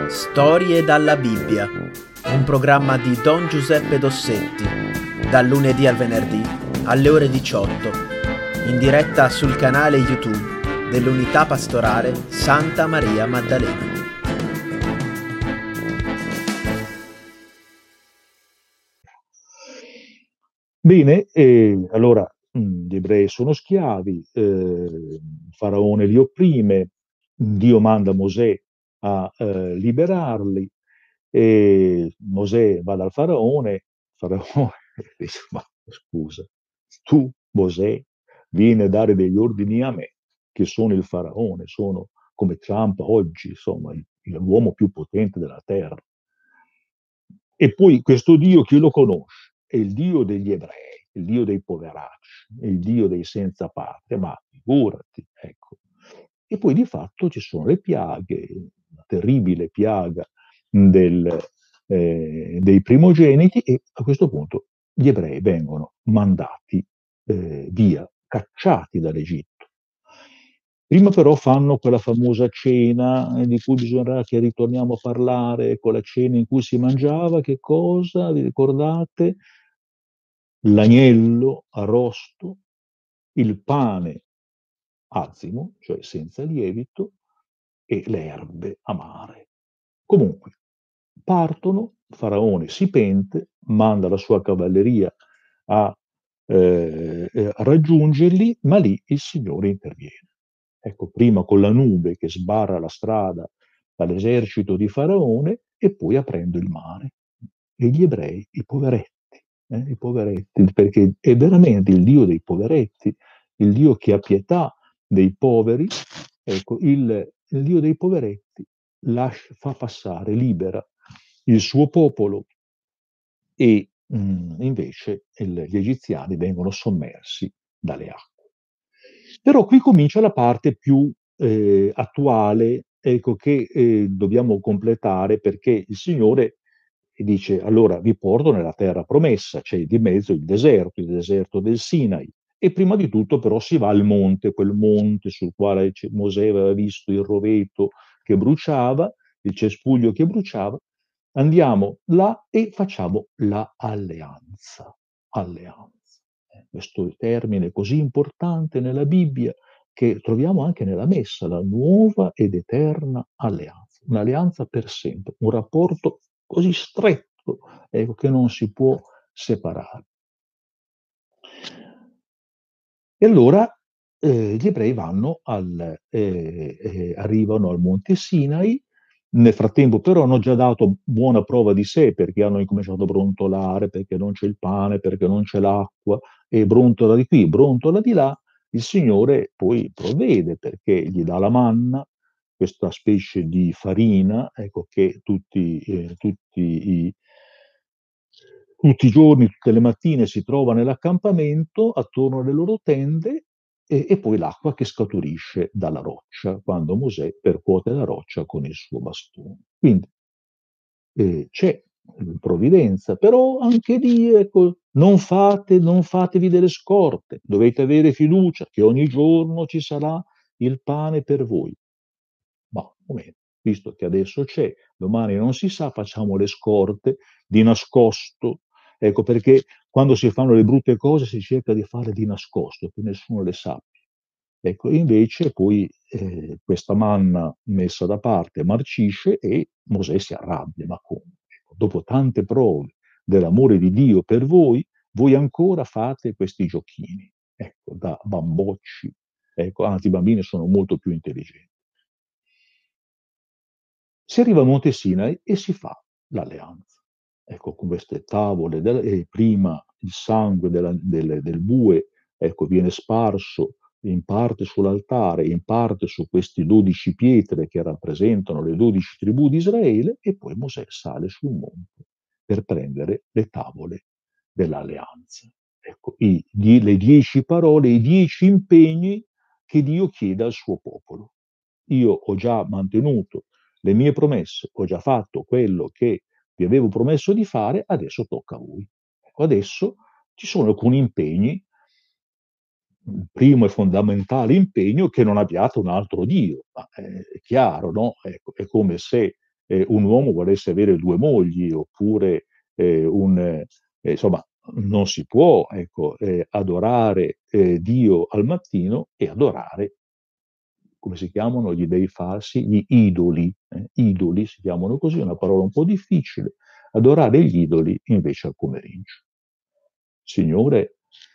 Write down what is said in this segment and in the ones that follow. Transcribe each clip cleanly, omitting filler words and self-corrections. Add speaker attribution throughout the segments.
Speaker 1: Storie dalla Bibbia, un programma di Don Giuseppe Dossetti, dal lunedì al venerdì alle ore 18, in diretta sul canale YouTube dell'Unità Pastorale Santa Maria Maddalena.
Speaker 2: Bene, allora gli ebrei sono schiavi, Faraone li opprime, Dio manda Mosè a liberarli, e Mosè va dal Faraone dice, ma scusa, tu Mosè vieni a dare degli ordini a me, che sono il Faraone, sono come Trump oggi, insomma, l'uomo più potente della terra. E poi questo Dio chi lo conosce? È il Dio degli ebrei, il Dio dei poveracci, è il Dio dei senza patria, ma figurati, ecco. E poi di fatto ci sono le piaghe, la terribile piaga dei primogeniti, e a questo punto gli ebrei vengono mandati via, cacciati dall'Egitto. Prima però fanno quella famosa cena di cui bisognerà che ritorniamo a parlare, quella cena in cui si mangiava, che cosa? Vi ricordate? L'agnello arrosto, il pane azimo, cioè senza lievito, e le erbe amare. Comunque, partono, Faraone si pente, manda la sua cavalleria a raggiungerli, ma lì il Signore interviene. Ecco, prima con la nube che sbarra la strada all'esercito di Faraone e poi aprendo il mare. E gli ebrei, i poveretti, perché è veramente il Dio dei poveretti, il Dio che ha pietà dei poveri, ecco, il Dio dei poveretti fa passare, libera il suo popolo e invece gli egiziani vengono sommersi dalle acque. Però qui comincia la parte più attuale, ecco, che dobbiamo completare, perché il Signore dice: allora vi porto nella terra promessa, c'è di mezzo il deserto del Sinai, e prima di tutto però si va al monte, quel monte sul quale Mosè aveva visto il roveto che bruciava, il cespuglio che bruciava. Andiamo là e facciamo la alleanza. Alleanza. Questo termine così importante nella Bibbia, che troviamo anche nella Messa, la nuova ed eterna alleanza. Un'alleanza per sempre, un rapporto così stretto, ecco, che non si può separare. E allora gli ebrei arrivano al Monte Sinai. Nel frattempo però hanno già dato buona prova di sé, perché hanno incominciato a brontolare, perché non c'è il pane, perché non c'è l'acqua, e brontola di qui, brontola di là. Il Signore poi provvede, perché gli dà la manna, questa specie di farina, ecco, che tutti i giorni, tutte le mattine si trova nell'accampamento attorno alle loro tende, e poi l'acqua che scaturisce dalla roccia quando Mosè percuote la roccia con il suo bastone. Quindi c'è provvidenza, però anche lì, ecco, non fatevi delle scorte, dovete avere fiducia che ogni giorno ci sarà il pane per voi. Ma un momento, visto che adesso c'è, domani non si sa, facciamo le scorte di nascosto. Ecco, perché quando si fanno le brutte cose si cerca di farle di nascosto, che nessuno le sappia. Ecco, invece poi questa manna messa da parte marcisce e Mosè si arrabbia. Ma come? Ecco, dopo tante prove dell'amore di Dio per voi, voi ancora fate questi giochini, ecco, da bambocci. Ecco, anzi, i bambini sono molto più intelligenti. Si arriva a Monte Sinai e si fa l'alleanza. Ecco, con queste tavole, prima il sangue del bue, ecco, viene sparso in parte sull'altare, in parte su queste 12 pietre che rappresentano le 12 tribù di Israele, e poi Mosè sale sul monte per prendere le tavole dell'alleanza. Ecco, le 10 parole, i 10 impegni che Dio chiede al suo popolo. Io ho già mantenuto le mie promesse, ho già fatto quello che vi avevo promesso di fare, adesso tocca a voi. Ecco, adesso ci sono alcuni impegni. Il primo e fondamentale impegno è che non abbiate un altro Dio. Ma è chiaro, no? Ecco, è come se un uomo volesse avere due mogli, oppure insomma, non si può, ecco, adorare Dio al mattino e adorare, come si chiamano gli dei falsi? Gli idoli. Idoli si chiamano così, è una parola un po' difficile. Adorare gli idoli invece al pomeriggio. Il Signore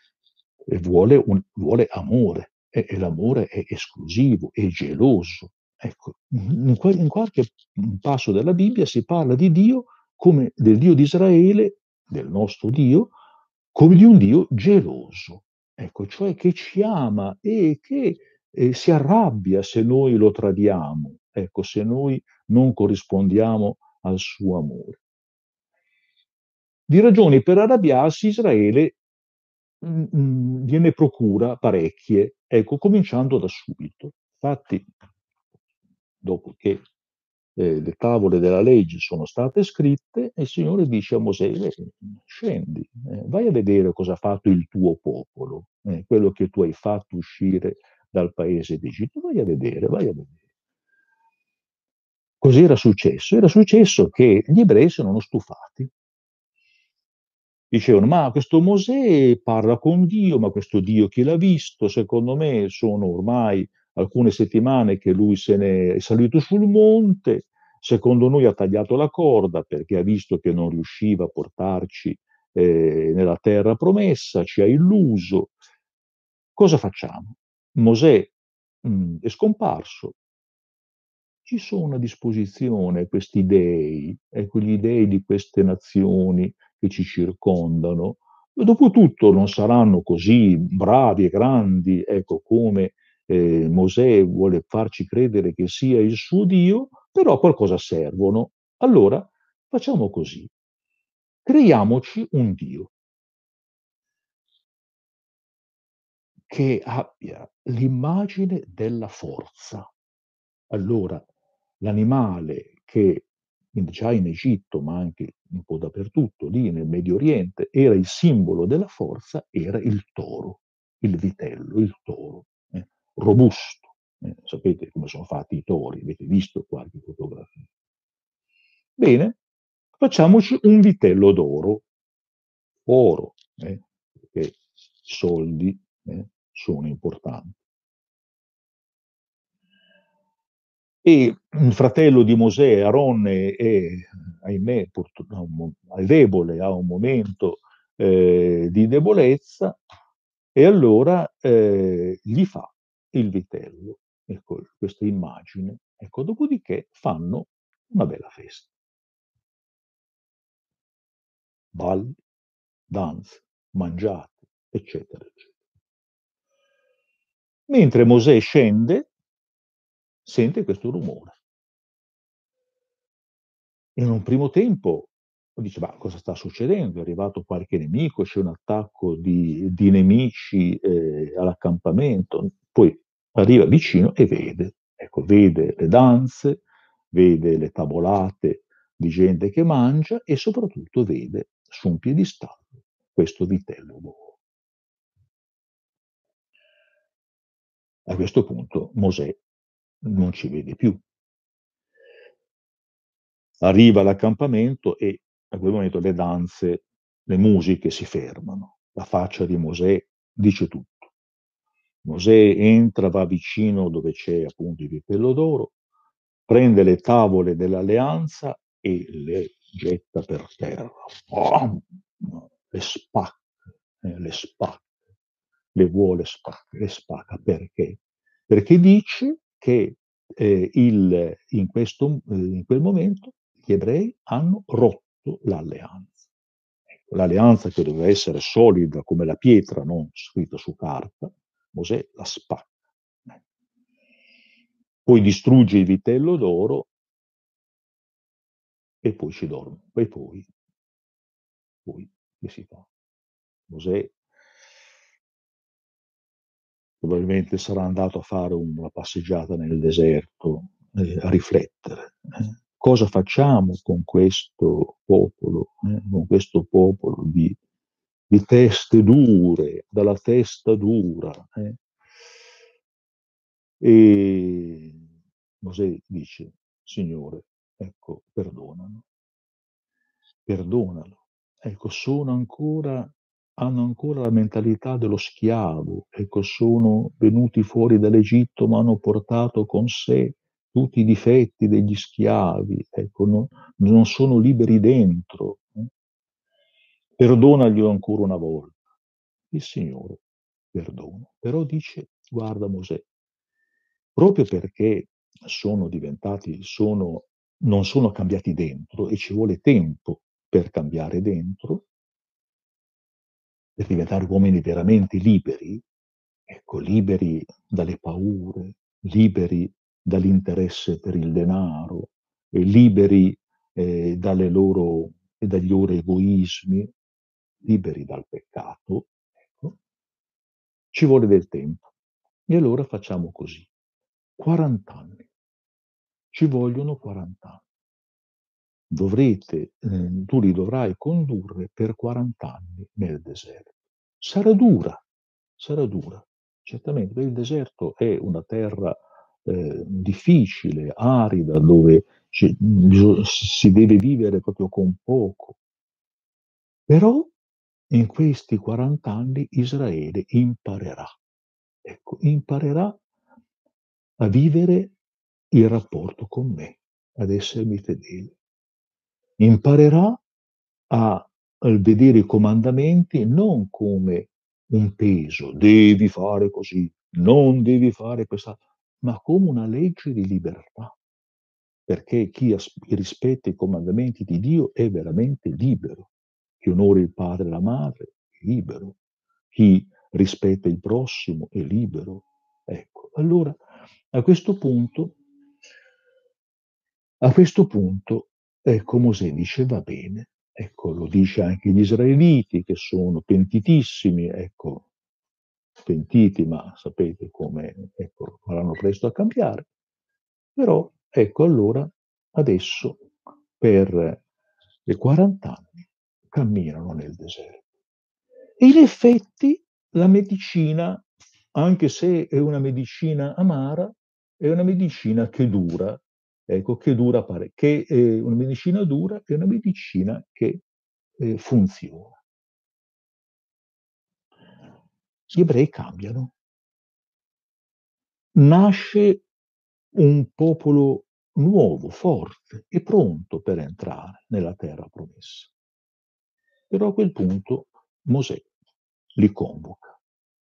Speaker 2: vuole amore, e l'amore è esclusivo, è geloso. Ecco, in qualche passo della Bibbia si parla di Dio come del Dio di Israele, del nostro Dio, come di un Dio geloso, ecco, cioè che ci ama e che si arrabbia se noi lo tradiamo, ecco, se noi non corrispondiamo al suo amore. Di ragioni per arrabbiarsi Israele gliene procura parecchie, ecco, cominciando da subito. Infatti, dopo che le tavole della legge sono state scritte, il Signore dice a Mosè, scendi, vai a vedere cosa ha fatto il tuo popolo, quello che tu hai fatto uscire dal paese d'Egitto, vai a vedere, vai a vedere. Così era successo? Era successo che gli ebrei si erano stufati. Dicevano, ma questo Mosè parla con Dio, ma questo Dio chi l'ha visto? Secondo me sono ormai alcune settimane che lui se ne è salito sul monte, secondo noi ha tagliato la corda perché ha visto che non riusciva a portarci nella terra promessa, ci ha illuso. Cosa facciamo? Mosè è scomparso, ci sono a disposizione questi dei, ecco, gli dei di queste nazioni che ci circondano. Dopotutto non saranno così bravi e grandi, ecco, come Mosè vuole farci credere che sia il suo Dio, però a qualcosa servono. Allora facciamo così, creiamoci un Dio che abbia l'immagine della forza. Allora, l'animale che già in Egitto, ma anche un po' dappertutto, lì nel Medio Oriente, era il simbolo della forza, era il toro, il vitello, il toro, robusto. Sapete come sono fatti i tori, avete visto qualche fotografia. Bene, facciamoci un vitello d'oro, oro, perché i soldi sono importanti. E il fratello di Mosè, Aronne, ahimè, è debole, ha un momento di debolezza, e allora gli fa il vitello, ecco, questa immagine. Ecco, dopodiché fanno una bella festa. Balli, danze, mangiate, eccetera, eccetera. Mentre Mosè scende, sente questo rumore. In un primo tempo dice, ma cosa sta succedendo? È arrivato qualche nemico, c'è un attacco di nemici all'accampamento. Poi arriva vicino e vede, ecco, vede le danze, vede le tavolate di gente che mangia e soprattutto vede su un piedistallo questo vitello d'oro. A questo punto Mosè non ci vede più. Arriva all'accampamento e a quel momento le danze, le musiche si fermano. La faccia di Mosè dice tutto. Mosè entra, va vicino dove c'è appunto il vitello d'oro, prende le tavole dell'alleanza e le getta per terra. Oh, le spacca, le spacca. Perché? Perché dice che in quel momento gli ebrei hanno rotto l'alleanza. Ecco, l'alleanza che doveva essere solida come la pietra, non scritta su carta, Mosè la spacca. Poi distrugge il vitello d'oro e poi ci dorme. E poi che si fa? Mosè probabilmente sarà andato a fare una passeggiata nel deserto, a riflettere. Cosa facciamo con questo popolo, con questo popolo di teste dure, dalla testa dura? E Mosè dice, Signore, ecco, perdonalo. Ecco, hanno ancora la mentalità dello schiavo, ecco, sono venuti fuori dall'Egitto, ma hanno portato con sé tutti i difetti degli schiavi, ecco, non sono liberi dentro. Perdonaglielo ancora una volta. Il Signore perdona, però dice, guarda Mosè, proprio perché non sono cambiati dentro e ci vuole tempo per cambiare dentro, per diventare uomini veramente liberi, ecco, liberi dalle paure, liberi dall'interesse per il denaro, e liberi dagli loro egoismi, liberi dal peccato, ecco, ci vuole del tempo. E allora facciamo così. 40 anni. Ci vogliono 40 anni. Tu li dovrai condurre per 40 anni nel deserto. Sarà dura, certamente, perché il deserto è una terra difficile, arida, dove si deve vivere proprio con poco. Però in questi 40 anni Israele imparerà, ecco, imparerà a vivere il rapporto con me, ad essermi fedele. Imparerà a vedere i comandamenti non come un peso, devi fare così, non devi fare questa, ma come una legge di libertà, perché chi rispetta i comandamenti di Dio è veramente libero. Chi onora il padre e la madre è libero. Chi rispetta il prossimo è libero. Ecco, allora a questo punto, ecco, Mosè dice va bene, ecco, lo dice anche gli israeliti che sono pentitissimi, ecco, pentiti, ma sapete come, ecco, faranno presto a cambiare. Però, ecco, allora, adesso, per i 40 anni, camminano nel deserto. E in effetti la medicina, anche se è una medicina amara, è una medicina che dura, ecco, che dura che è una medicina dura, è una medicina che funziona. Gli ebrei cambiano. Nasce un popolo nuovo, forte e pronto per entrare nella terra promessa. Però a quel punto Mosè li convoca.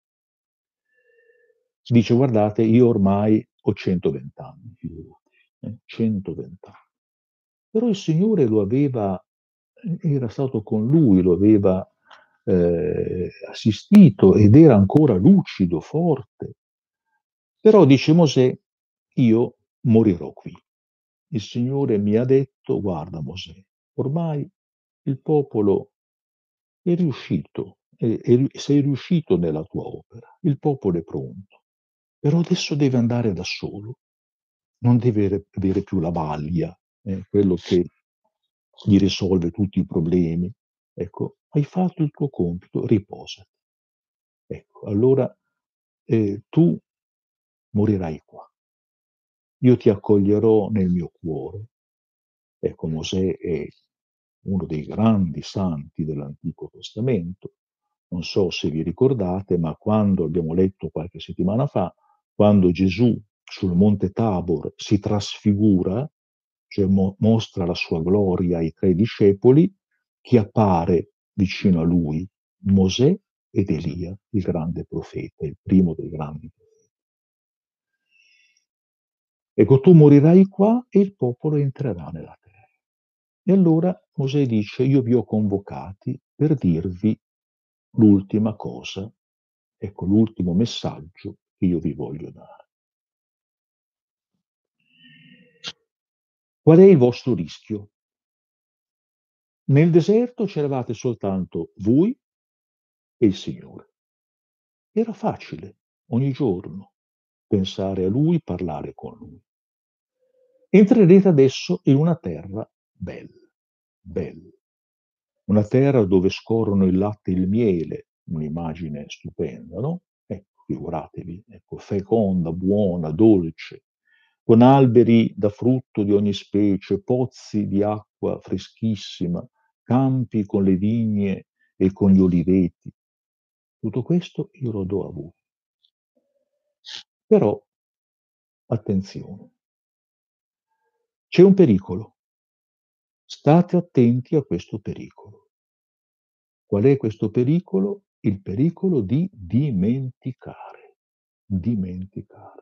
Speaker 2: Dice, guardate, io ormai ho 120 anni, 120 anni. Però il Signore era stato con lui, lo aveva assistito ed era ancora lucido, forte. Però dice Mosè, io morirò qui. Il Signore mi ha detto, guarda Mosè, ormai il popolo è riuscito, sei riuscito nella tua opera, il popolo è pronto, però adesso deve andare da solo, non deve avere più la baglia, quello che gli risolve tutti i problemi. Ecco, hai fatto il tuo compito, riposati. Ecco, allora tu morirai qua. Io ti accoglierò nel mio cuore. Ecco, Mosè è uno dei grandi santi dell'Antico Testamento. Non so se vi ricordate, ma quando abbiamo letto qualche settimana fa, quando Gesù sul Monte Tabor si trasfigura, cioè mostra la sua gloria ai 3 discepoli, chi appare vicino a lui? Mosè ed Elia, il grande profeta, il primo dei grandi profeti. Ecco, tu morirai qua e il popolo entrerà nella terra. E allora Mosè dice, io vi ho convocati per dirvi l'ultima cosa, ecco l'ultimo messaggio che io vi voglio dare. Qual è il vostro rischio? Nel deserto c'eravate soltanto voi e il Signore. Era facile ogni giorno pensare a Lui, parlare con Lui. Entrerete adesso in una terra bella, bella. Una terra dove scorrono il latte e il miele, un'immagine stupenda, no? Ecco, figuratevi, ecco, feconda, buona, dolce, con alberi da frutto di ogni specie, pozzi di acqua freschissima, campi con le vigne e con gli oliveti. Tutto questo io lo do a voi. Però, attenzione, c'è un pericolo. State attenti a questo pericolo. Qual è questo pericolo? Il pericolo di dimenticare. Dimenticare.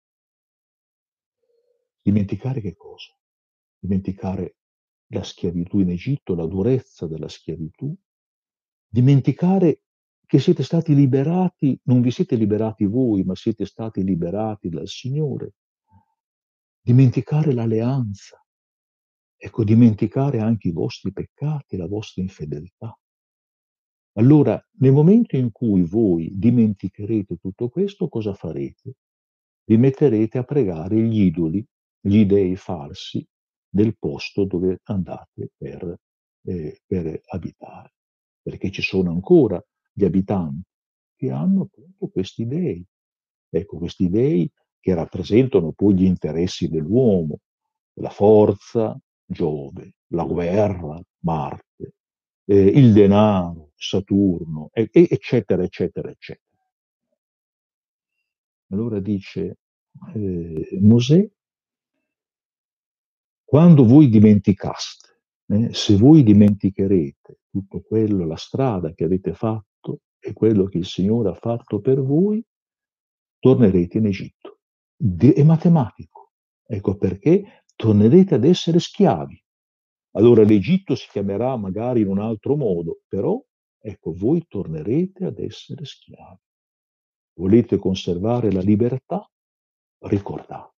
Speaker 2: Dimenticare che cosa? Dimenticare la schiavitù in Egitto, la durezza della schiavitù. Dimenticare che siete stati liberati, non vi siete liberati voi, ma siete stati liberati dal Signore. Dimenticare l'alleanza. Ecco, dimenticare anche i vostri peccati, la vostra infedeltà. Allora, nel momento in cui voi dimenticherete tutto questo, cosa farete? Vi metterete a pregare gli idoli, gli dei falsi del posto dove andate per abitare. Perché ci sono ancora gli abitanti che hanno appunto questi dei. Ecco, questi dei che rappresentano poi gli interessi dell'uomo, la forza, Giove, la guerra, Marte, il denaro, Saturno, eccetera, eccetera, eccetera. Allora dice Mosè, quando voi dimenticaste, se voi dimenticherete tutto quello, la strada che avete fatto e quello che il Signore ha fatto per voi, tornerete in Egitto. È matematico. Ecco perché tornerete ad essere schiavi. Allora l'Egitto si chiamerà magari in un altro modo, però ecco, voi tornerete ad essere schiavi. Volete conservare la libertà? Ricordate,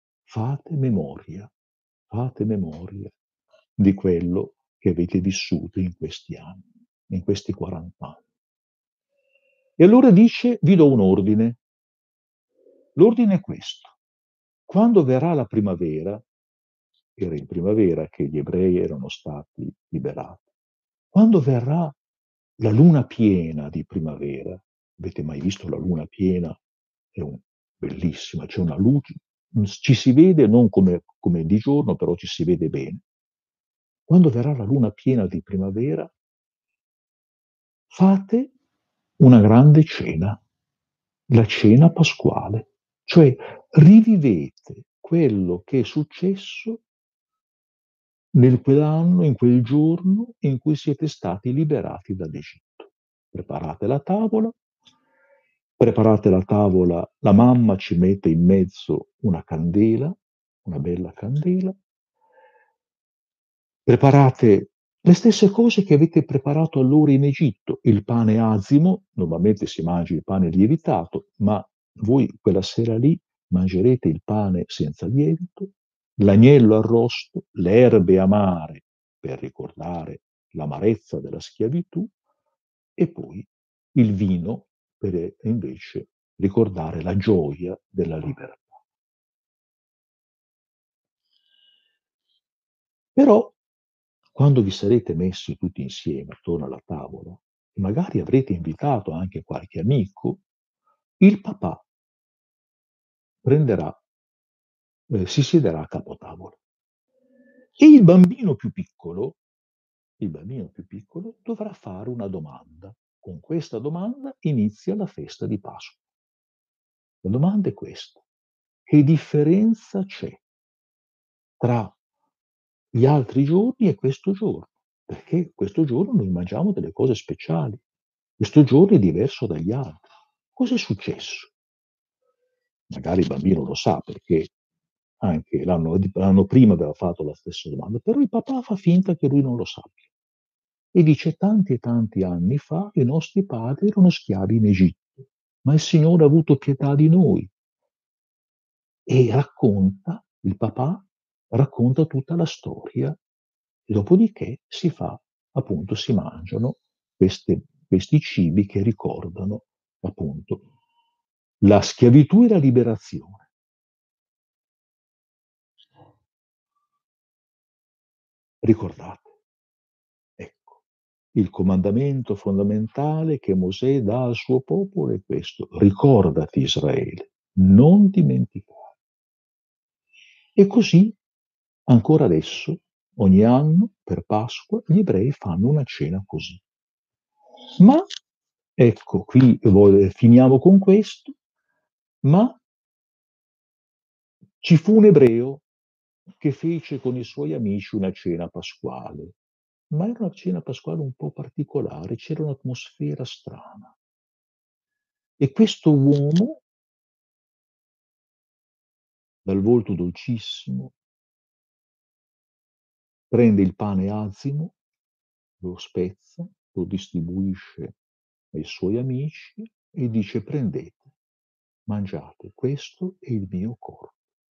Speaker 2: fate memoria di quello che avete vissuto in questi anni, in questi 40 anni. E allora dice, vi do un ordine. L'ordine è questo. Quando verrà la primavera, era in primavera che gli ebrei erano stati liberati, quando verrà la luna piena di primavera, avete mai visto la luna piena? Bellissima, c'è una luce, ci si vede non come di giorno, però ci si vede bene. Quando verrà la luna piena di primavera, fate una grande cena, la cena pasquale, cioè rivivete quello che è successo in quell'anno, in quel giorno in cui siete stati liberati dall'Egitto. Preparate la tavola, la mamma ci mette in mezzo una candela, una bella candela, preparate le stesse cose che avete preparato allora in Egitto, il pane azimo, normalmente si mangia il pane lievitato, ma voi quella sera lì mangerete il pane senza lievito, l'agnello arrosto, le erbe amare per ricordare l'amarezza della schiavitù e poi il vino per invece ricordare la gioia della libertà. Però quando vi sarete messi tutti insieme attorno alla tavola, e magari avrete invitato anche qualche amico, il papà si siederà a capotavola. E il bambino più piccolo dovrà fare una domanda. Con questa domanda inizia la festa di Pasqua. La domanda è questa: che differenza c'è tra gli altri giorni e questo giorno? Perché questo giorno noi mangiamo delle cose speciali. Questo giorno è diverso dagli altri. Cosa è successo? Magari il bambino lo sa perché anche l'anno prima aveva fatto la stessa domanda, però il papà fa finta che lui non lo sappia. E dice tanti e tanti anni fa i nostri padri erano schiavi in Egitto, ma il Signore ha avuto pietà di noi. E il papà racconta tutta la storia, e dopodiché si mangiano questi cibi che ricordano appunto la schiavitù e la liberazione. Ricordate, ecco, il comandamento fondamentale che Mosè dà al suo popolo è questo: ricordati Israele, non dimenticare. E così, ancora adesso, ogni anno, per Pasqua, gli ebrei fanno una cena così. Ma, ecco, qui finiamo con questo, ma ci fu un ebreo che fece con i suoi amici una cena pasquale, ma era una cena pasquale un po' particolare, c'era un'atmosfera strana. E questo uomo, dal volto dolcissimo, prende il pane azimo, lo spezza, lo distribuisce ai suoi amici e dice: prendete, mangiate, questo è il mio corpo.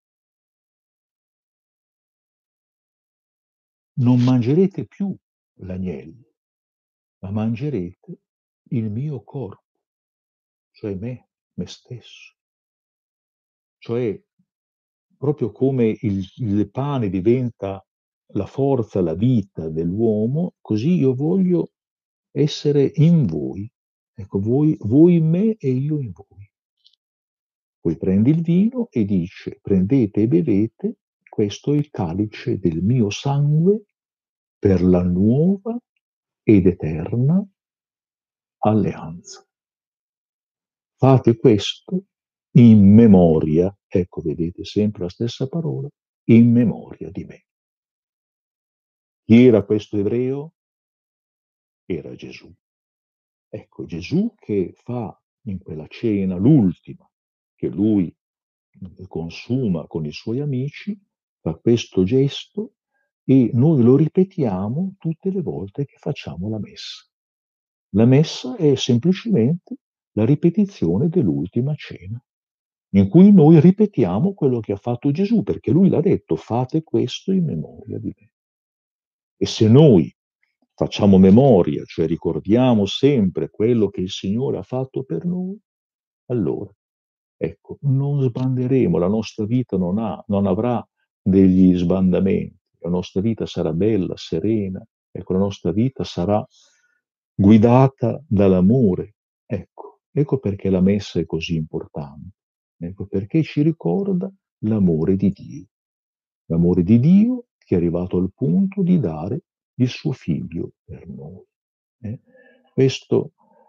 Speaker 2: Non mangerete più l'agnello, ma mangerete il mio corpo, cioè me stesso. Cioè, proprio come il pane diventa la forza, la vita dell'uomo, così io voglio essere in voi. Ecco, voi in me e io in voi. Poi prende il vino e dice: prendete e bevete, questo è il calice del mio sangue per la nuova ed eterna alleanza. Fate questo in memoria, ecco, vedete sempre la stessa parola, in memoria di me. Chi era questo ebreo? Era Gesù. Ecco, Gesù che fa in quella cena, l'ultima, che lui consuma con i suoi amici, fa questo gesto e noi lo ripetiamo tutte le volte che facciamo la messa. La messa è semplicemente la ripetizione dell'ultima cena, in cui noi ripetiamo quello che ha fatto Gesù, perché lui l'ha detto: fate questo in memoria di me. E se noi facciamo memoria, cioè ricordiamo sempre quello che il Signore ha fatto per noi, allora, ecco, non sbanderemo, la nostra vita non avrà degli sbandamenti, la nostra vita sarà bella, serena, ecco, la nostra vita sarà guidata dall'amore. Ecco perché la messa è così importante, ecco perché ci ricorda l'amore di Dio. L'amore di Dio che è arrivato al punto di dare il suo figlio per noi. eh. Questo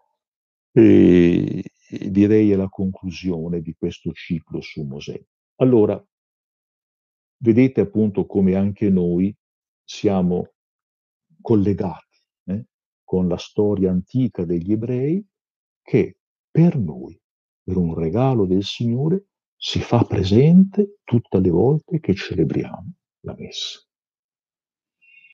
Speaker 2: direi è la conclusione di questo ciclo su Mosè. Allora, vedete appunto come anche noi siamo collegati con la storia antica degli ebrei che per noi, per un regalo del Signore, si fa presente tutte le volte che celebriamo la messa.